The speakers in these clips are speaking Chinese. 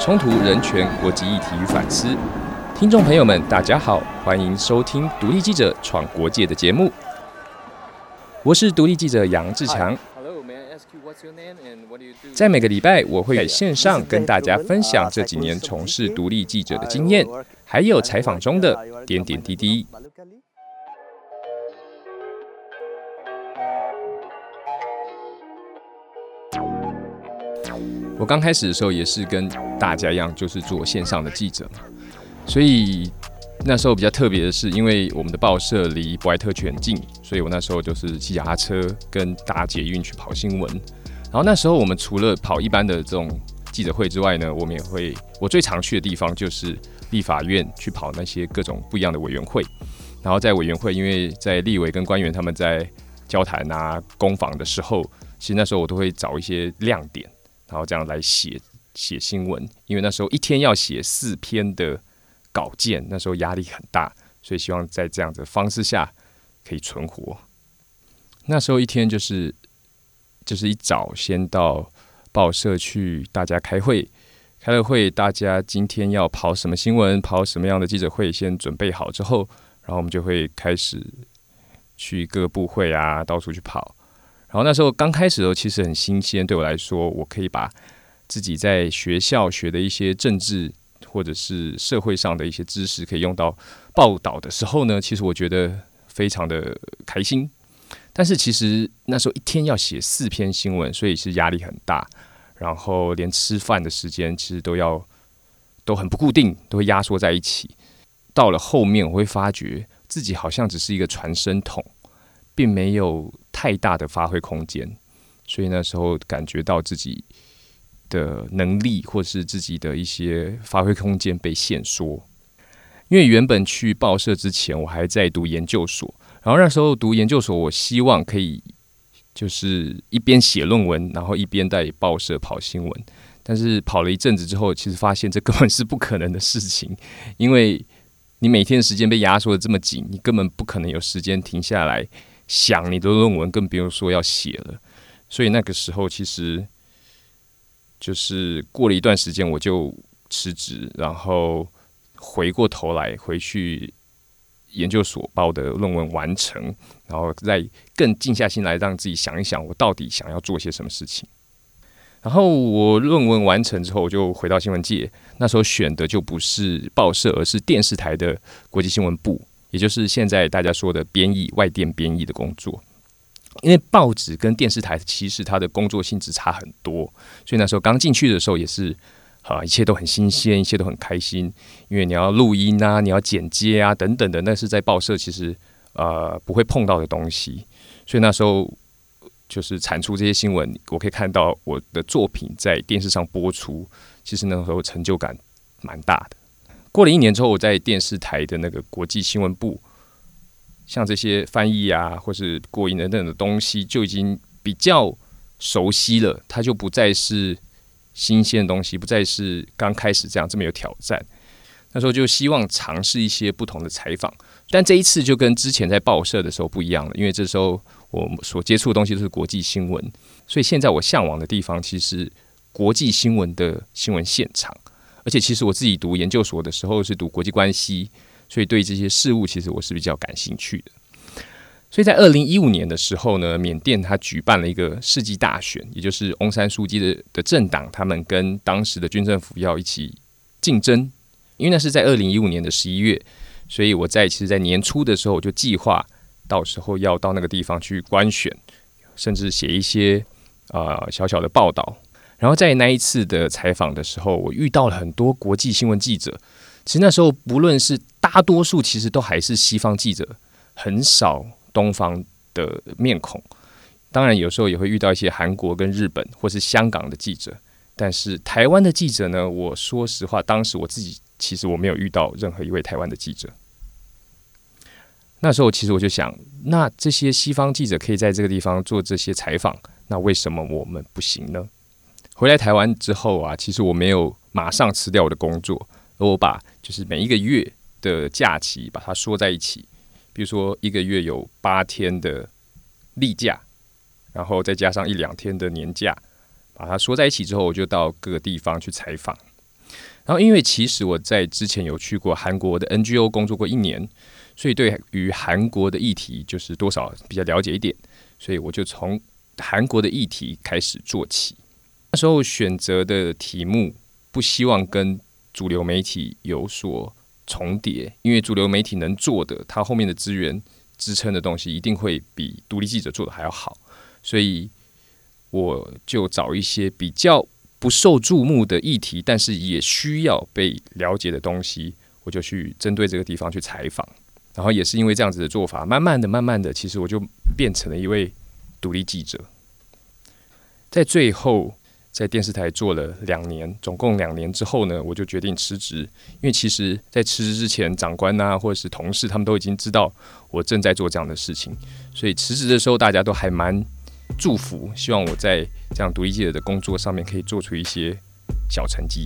冲突、人权、国际议题与反思。听众朋友们，大家好，欢迎收听独立记者闯国界的节目。我是独立记者杨志强。在每个礼拜，我会在线上跟大家分享这几年从事独立记者的经验，还有采访中的点点滴滴。我刚开始的时候也是跟大家一样，就是做线上的记者嘛，所以那时候比较特别的是，因为我们的报社离博爱特区很近，所以我那时候就是骑脚踏车跟搭捷运去跑新闻。然后那时候我们除了跑一般的这种记者会之外呢，我们也会，我最常去的地方就是立法院去跑那些各种不一样的委员会。然后在委员会，因为在立委跟官员他们在交谈啊、攻防的时候，其实那时候我都会找一些亮点，然后这样来写新闻。因为那时候一天要写4篇的稿件，那时候压力很大，所以希望在这样的方式下可以存活。那时候一天就是一早先到报社去，大家开了会，大家今天要跑什么新闻，跑什么样的记者会，先准备好之后，然后我们就会开始去各个部会啊，到处去跑。然后那时候刚开始的时候，其实很新鲜，对我来说，我可以把自己在学校学的一些政治或者是社会上的一些知识，可以用到报道的时候呢，其实我觉得非常的开心。但是其实那时候一天要写4篇新闻，所以是压力很大，然后连吃饭的时间其实都很不固定，都会压缩在一起。到了后面我会发觉自己好像只是一个传声筒，并没有太大的发挥空间，所以那时候感觉到自己的能力或是自己的一些发挥空间被限缩。因为原本去报社之前，我还在读研究所，然后那时候读研究所，我希望可以就是一边写论文，然后一边在报社跑新闻。但是跑了一阵子之后，其实发现这根本是不可能的事情，因为你每天的时间被压缩的这么紧，你根本不可能有时间停下来想你的论文，更不用说要写了。所以那个时候其实就是过了一段时间，我就辞职，然后回过头来回去研究所把我的论文完成，然后再更静下心来让自己想一想我到底想要做些什么事情。然后我论文完成之后，我就回到新闻界，那时候选的就不是报社，而是电视台的国际新闻部，也就是现在大家说的编译、外电编译的工作。因为报纸跟电视台其实它的工作性质差很多，所以那时候刚进去的时候也是一切都很新鲜，一切都很开心，因为你要录音啊，你要剪接啊等等的，那是在报社其实不会碰到的东西。所以那时候就是产出这些新闻，我可以看到我的作品在电视上播出，其实那时候成就感蛮大的。过了1年之后，我在电视台的那个国际新闻部，像这些翻译啊，或是过音等等的东西，就已经比较熟悉了，它就不再是新鲜的东西，不再是刚开始这么有挑战。那时候就希望尝试一些不同的采访，但这一次就跟之前在报社的时候不一样了，因为这时候我所接触的东西都是国际新闻，所以现在我向往的地方其实是国际新闻的新闻现场。而且其实我自己读研究所的时候是读国际关系，所以对这些事物其实我是比较感兴趣的。所以在2015年的时候呢，缅甸他举办了一个世纪大选，也就是翁山书记的政党，他们跟当时的军政府要一起竞争。因为那是在2015年的11月，所以我其实在年初的时候我就计划到时候要到那个地方去观选，甚至写一些小小的报道。然后在那一次的采访的时候，我遇到了很多国际新闻记者。其实那时候不论是大多数，其实都还是西方记者，很少东方的面孔。当然有时候也会遇到一些韩国跟日本或是香港的记者，但是台湾的记者呢，我说实话，当时我自己其实我没有遇到任何一位台湾的记者。那时候其实我就想，那这些西方记者可以在这个地方做这些采访，那为什么我们不行呢？回来台湾之后啊，其实我没有马上辞掉我的工作，而我把就是每一个月的假期把它缩在一起，比如说一个月有8天的例假，然后再加上1-2天的年假，把它缩在一起之后，我就到各个地方去采访。 然后因为其实我在之前有去过韩国的 NGO 工作过1年，所以对于韩国的议题就是多少比较了解一点，所以我就从韩国的议题开始做起。那时候选择的题目不希望跟主流媒体有所重叠，因为主流媒体能做的，它后面的资源支撑的东西一定会比独立记者做的还要好，所以我就找一些比较不受注目的议题，但是也需要被了解的东西，我就去针对这个地方去采访。然后也是因为这样子的做法，慢慢的，其实我就变成了一位独立记者。在最后，在电视台做了2年，总共2年之后呢，我就决定辞职。因为其实，在辞职之前，长官啊或者是同事，他们都已经知道我正在做这样的事情，所以辞职的时候，大家都还蛮祝福，希望我在这样独立记者的工作上面可以做出一些小成绩。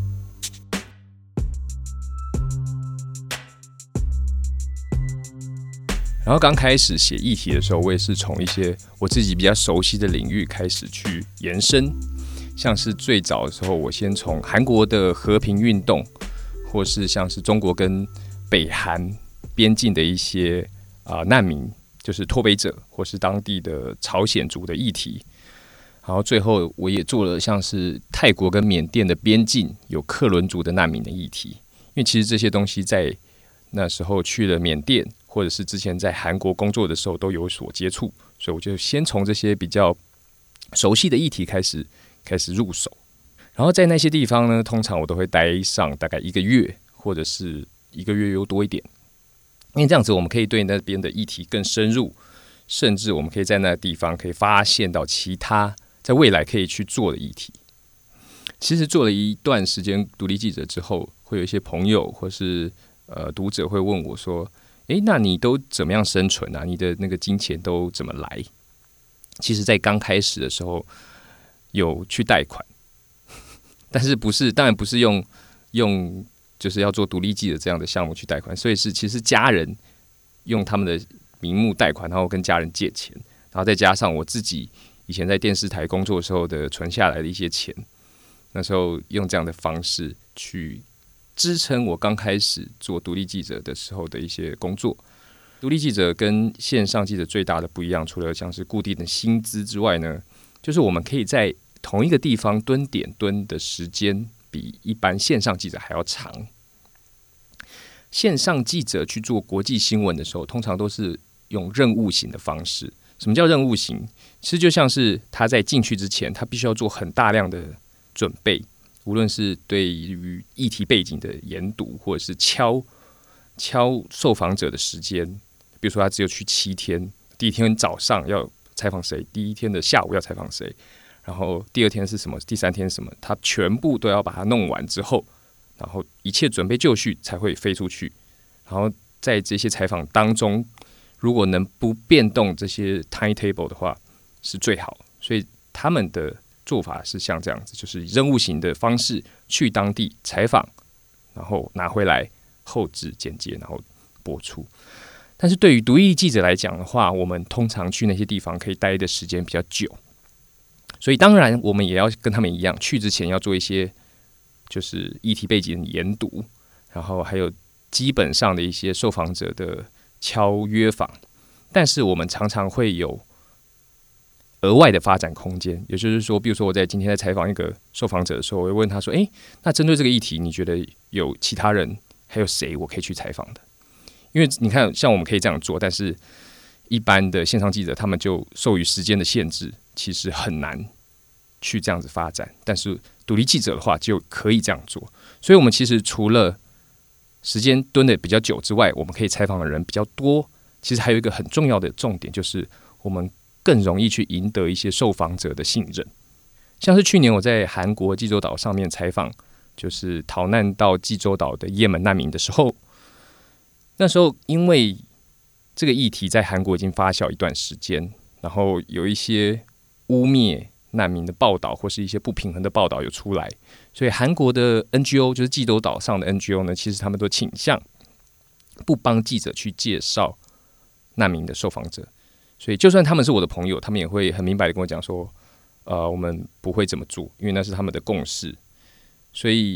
然后刚开始写议题的时候，我也是从一些我自己比较熟悉的领域开始去延伸，像是最早的时候，我先从韩国的和平运动，或是像是中国跟北韩边境的一些难民，就是脱北者，或是当地的朝鲜族的议题。然后最后我也做了像是泰国跟缅甸的边境有克伦族的难民的议题，因为其实这些东西在那时候去了缅甸，或者是之前在韩国工作的时候都有所接触，所以我就先从这些比较熟悉的议题开始入手。然后在那些地方呢，通常我都会待上大概1个月，或者是1个月又多一点，因为这样子我们可以对那边的议题更深入，甚至我们可以在那个地方可以发现到其他在未来可以去做的议题。其实做了一段时间独立记者之后，会有一些朋友或是读者会问我说：“那你都怎么样生存啊？你的那个金钱都怎么来？”其实，在刚开始的时候有去贷款，但是当然不是用就是要做独立记者这样的项目去贷款，所以是其实家人用他们的名目贷款，然后跟家人借钱，然后再加上我自己以前在电视台工作的时候的存下来的一些钱，那时候用这样的方式去支撑我刚开始做独立记者的时候的一些工作。独立记者跟线上记者最大的不一样，除了像是固定的薪资之外呢，就是我们可以在同一个地方蹲点蹲的时间比一般线上记者还要长。线上记者去做国际新闻的时候，通常都是用任务型的方式。什么叫任务型？其实就像是他在进去之前，他必须要做很大量的准备，无论是对于议题背景的研读，或者是敲受访者的时间。比如说他只有去7天，第1天早上要采访谁，第1天的下午要采访谁，然后第2天是什么，第3天是什么，他全部都要把它弄完之后，然后一切准备就绪才会飞出去。然后在这些采访当中，如果能不变动这些 timetable 的话，是最好。所以他们的做法是像这样子，就是任务型的方式去当地采访，然后拿回来后制剪接，然后播出。但是对于独立记者来讲的话，我们通常去那些地方可以待的时间比较久，所以当然我们也要跟他们一样，去之前要做一些就是议题背景的研读，然后还有基本上的一些受访者的敲约访。但是我们常常会有额外的发展空间，也就是说，比如说我今天在采访一个受访者的时候，我会问他说：“那针对这个议题，你觉得有其他人还有谁我可以去采访的？”因为你看，像我们可以这样做，但是一般的线上记者他们就受于时间的限制，其实很难去这样子发展。但是独立记者的话就可以这样做，所以我们其实除了时间蹲的比较久之外，我们可以采访的人比较多。其实还有一个很重要的重点，就是我们更容易去赢得一些受访者的信任。像是去年我在韩国济州岛上面采访，就是逃难到济州岛的也门难民的时候，那时候因为这个议题在韩国已经发酵一段时间，然后有一些污蔑难民的报道或是一些不平衡的报道有出来，所以韩国的 NGO 就是济州岛上的 NGO 呢，其实他们都倾向不帮记者去介绍难民的受访者。所以就算他们是我的朋友，他们也会很明白的跟我讲说，我们不会这么做，因为那是他们的共识。所以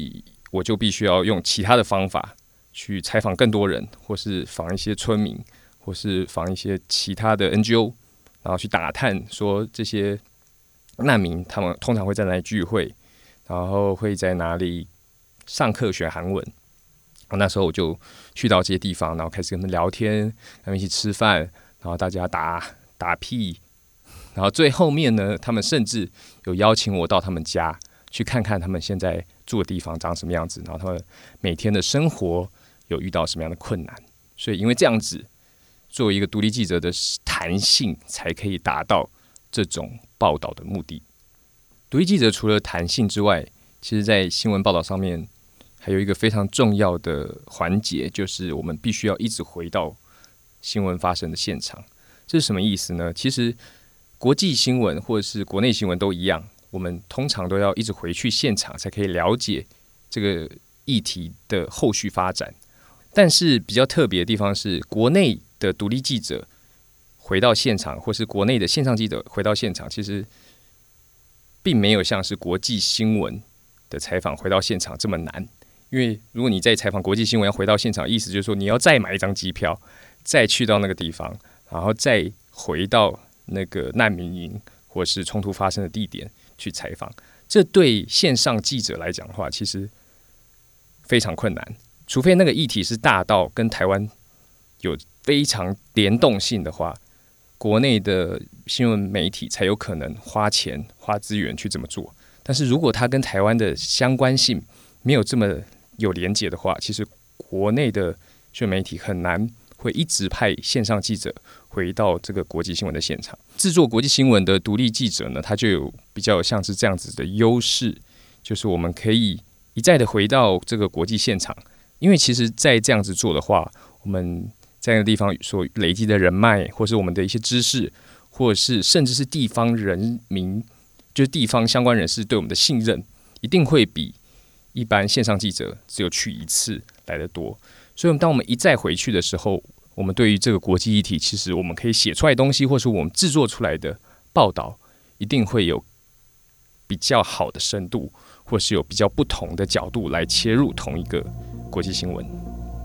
我就必须要用其他的方法去采访更多人，或是访一些村民，或是访一些其他的 NGO， 然后去打探说这些难民他们通常会在哪里聚会，然后会在哪里上课学韩文。那时候我就去到这些地方，然后开始跟他们聊天，跟他们一起吃饭，然后大家打屁，然后最后面呢，他们甚至有邀请我到他们家去看看他们现在住的地方长什么样子，然后他们每天的生活有遇到什么样的困难。所以因为这样子，作为一个独立记者的弹性，才可以达到这种报道的目的。独立记者除了弹性之外，其实在新闻报道上面还有一个非常重要的环节，就是我们必须要一直回到新闻发生的现场。这是什么意思呢？其实国际新闻或者是国内新闻都一样，我们通常都要一直回去现场，才可以了解这个议题的后续发展。但是比较特别的地方是，国内的独立记者回到现场，或是国内的线上记者回到现场，其实并没有像是国际新闻的采访回到现场这么难。因为如果你在采访国际新闻要回到现场，意思就是说你要再买一张机票，再去到那个地方，然后再回到那个难民营或是冲突发生的地点去采访。这对线上记者来讲的话，其实非常困难，除非那个议题是大到跟台湾有非常联动性的话，国内的新闻媒体才有可能花钱花资源去这么做。但是如果它跟台湾的相关性没有这么有连结的话，其实国内的新闻媒体很难会一直派线上记者回到这个国际新闻的现场。制作国际新闻的独立记者呢，他就有比较像是这样子的优势，就是我们可以一再的回到这个国际现场，因为其实在这样子做的话，我们在那个地方所累积的人脉，或是我们的一些知识，或者是甚至是地方人民，就是地方相关人士对我们的信任，一定会比一般线上记者只有去一次来得多。所以当我们一再回去的时候，我们对于这个国际议题，其实我们可以写出来的东西，或是我们制作出来的报道，一定会有比较好的深度，或是有比较不同的角度来切入同一个国际新闻。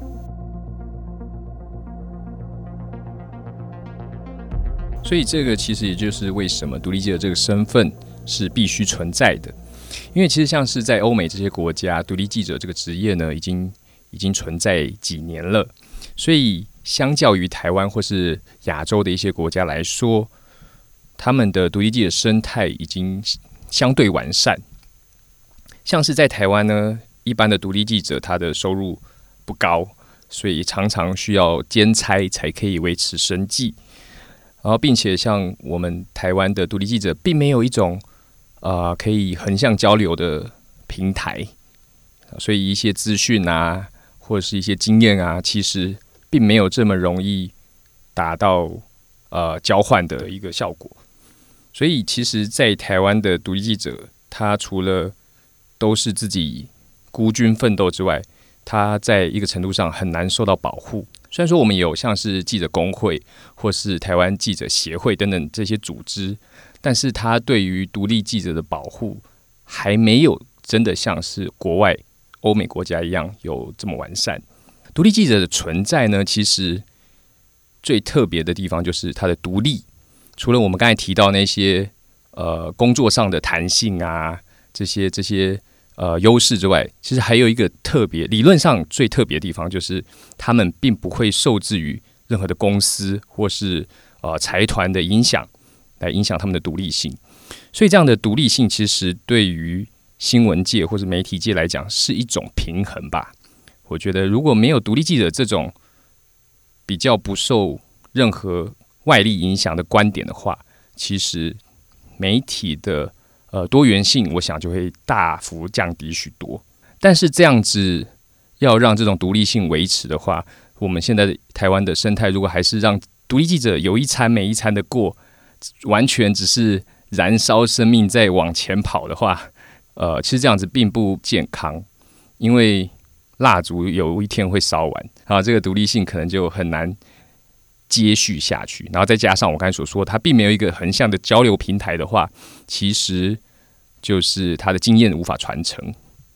所以这个其实也就是为什么独立记者这个身份是必须存在的。因为其实像是在欧美这些国家，独立记者这个职业呢，已经存在几年了，所以相较于台湾或是亚洲的一些国家来说，他们的独立记者生态已经相对完善。像是在台湾呢，一般的独立记者他的收入不高，所以常常需要兼差才可以维持生计。然后并且像我们台湾的独立记者并没有一种可以横向交流的平台，所以一些资讯啊或者是一些经验啊，其实并没有这么容易达到交换的一个效果。所以其实在台湾的独立记者，他除了都是自己孤军奋斗之外，他在一个程度上很难受到保护。虽然说我们有像是记者工会或是台湾记者协会等等这些组织，但是他对于独立记者的保护还没有真的像是国外欧美国家一样有这么完善。独立记者的存在呢，其实最特别的地方就是它的独立。除了我们刚才提到那些工作上的弹性啊，这些优势之外，其实还有一个特别，理论上最特别的地方，就是他们并不会受制于任何的公司或是财团的影响，来影响他们的独立性。所以这样的独立性，其实对于新闻界或是媒体界来讲，是一种平衡吧。我觉得如果没有独立记者这种比较不受任何外力影响的观点的话，其实媒体的多元性，我想就会大幅降低许多。但是这样子要让这种独立性维持的话，我们现在台湾的生态，如果还是让独立记者有一餐没一餐的过，完全只是燃烧生命在往前跑的话，其实这样子并不健康，因为蜡烛有一天会烧完，然后这个独立性可能就很难接续下去。然后再加上我刚才所说，它并没有一个横向的交流平台的话，其实就是它的经验无法传承。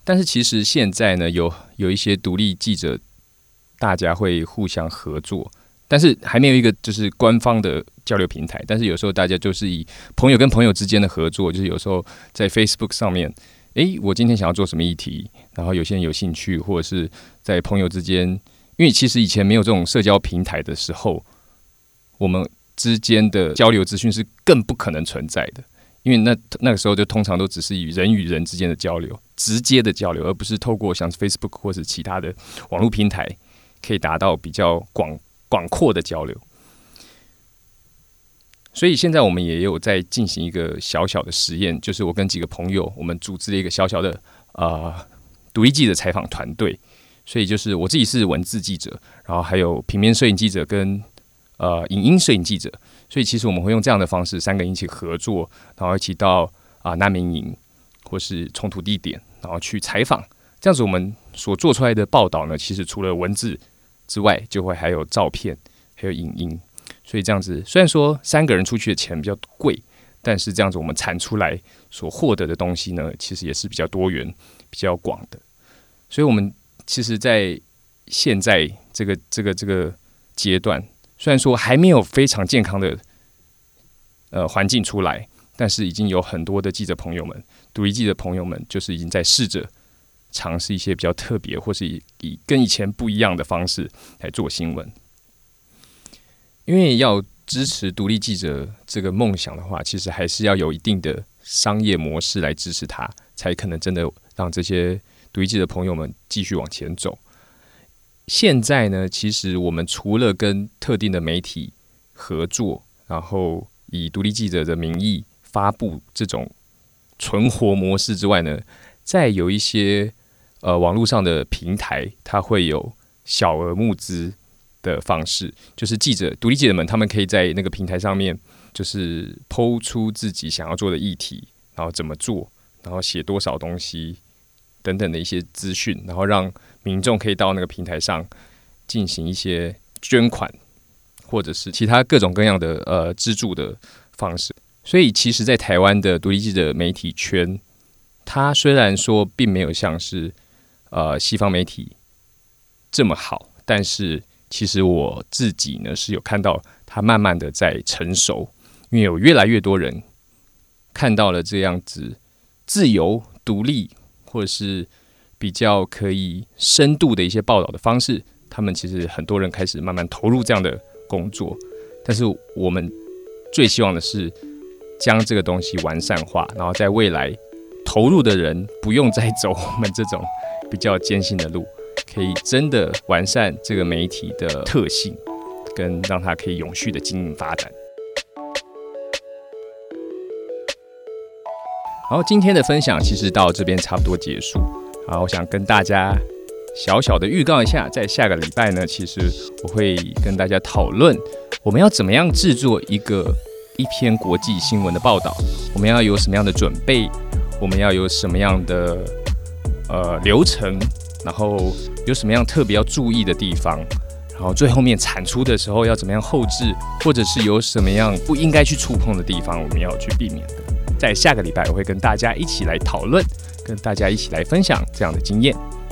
但是其实现在呢，有一些独立记者，大家会互相合作，但是还没有一个就是官方的交流平台。但是有时候大家就是以朋友跟朋友之间的合作，就是有时候在 Facebook 上面，我今天想要做什么议题，然后有些人有兴趣，或者是在朋友之间，因为其实以前没有这种社交平台的时候，我们之间的交流资讯是更不可能存在的。因为那个时候就通常都只是以人与人之间的交流，直接的交流，而不是透过像 Facebook 或是其他的网络平台，可以达到比较广阔的交流。所以现在我们也有在进行一个小小的实验，就是我跟几个朋友，我们组织了一个小小的独立记者采访团队。所以就是我自己是文字记者，然后还有平面摄影记者跟影音摄影记者。所以其实我们会用这样的方式，3个人一起合作，然后一起到难民营或是冲突地点，然后去采访。这样子我们所做出来的报道呢，其实除了文字之外，就会还有照片，还有影音。所以这样子，虽然说3个人出去的钱比较贵，但是这样子我们产出来所获得的东西呢，其实也是比较多元、比较广的。所以我们其实在现在这个阶段，虽然说还没有非常健康的环境出来，但是已经有很多的记者朋友们、独立记者朋友们，就是已经在试着尝试一些比较特别，或是以跟以前不一样的方式来做新闻。因为要支持独立记者这个梦想的话，其实还是要有一定的商业模式来支持它，才可能真的让这些独立记者朋友们继续往前走。现在呢，其实我们除了跟特定的媒体合作，然后以独立记者的名义发布这种存活模式之外呢，再有一些网络上的平台，它会有小额募资的方式，就是独立记者们他们可以在那个平台上面，就是抛出自己想要做的议题，然后怎么做，然后写多少东西等等的一些资讯，然后让民众可以到那个平台上进行一些捐款，或者是其他各种各样的资助的方式。所以其实在台湾的独立记者媒体圈，它虽然说并没有像是西方媒体这么好，但是其实我自己呢是有看到它慢慢的在成熟，因为有越来越多人看到了这样子自由独立或者是比较可以深度的一些报道的方式，他们其实很多人开始慢慢投入这样的工作。但是我们最希望的是将这个东西完善化，然后在未来投入的人不用再走我们这种比较艰辛的路，可以真的完善这个媒体的特性，跟让它可以永续的经营发展。好，今天的分享其实到这边差不多结束。好，我想跟大家小小的预告一下，在下个礼拜呢，其实我会跟大家讨论我们要怎么样制作一篇国际新闻的报道，我们要有什么样的准备，我们要有什么样的流程，然后有什么样特别要注意的地方，然后最后面产出的时候要怎么样后制，或者是有什么样不应该去触碰的地方，我们要去避免的。在下个礼拜我会跟大家一起来讨论，跟大家一起来分享这样的经验。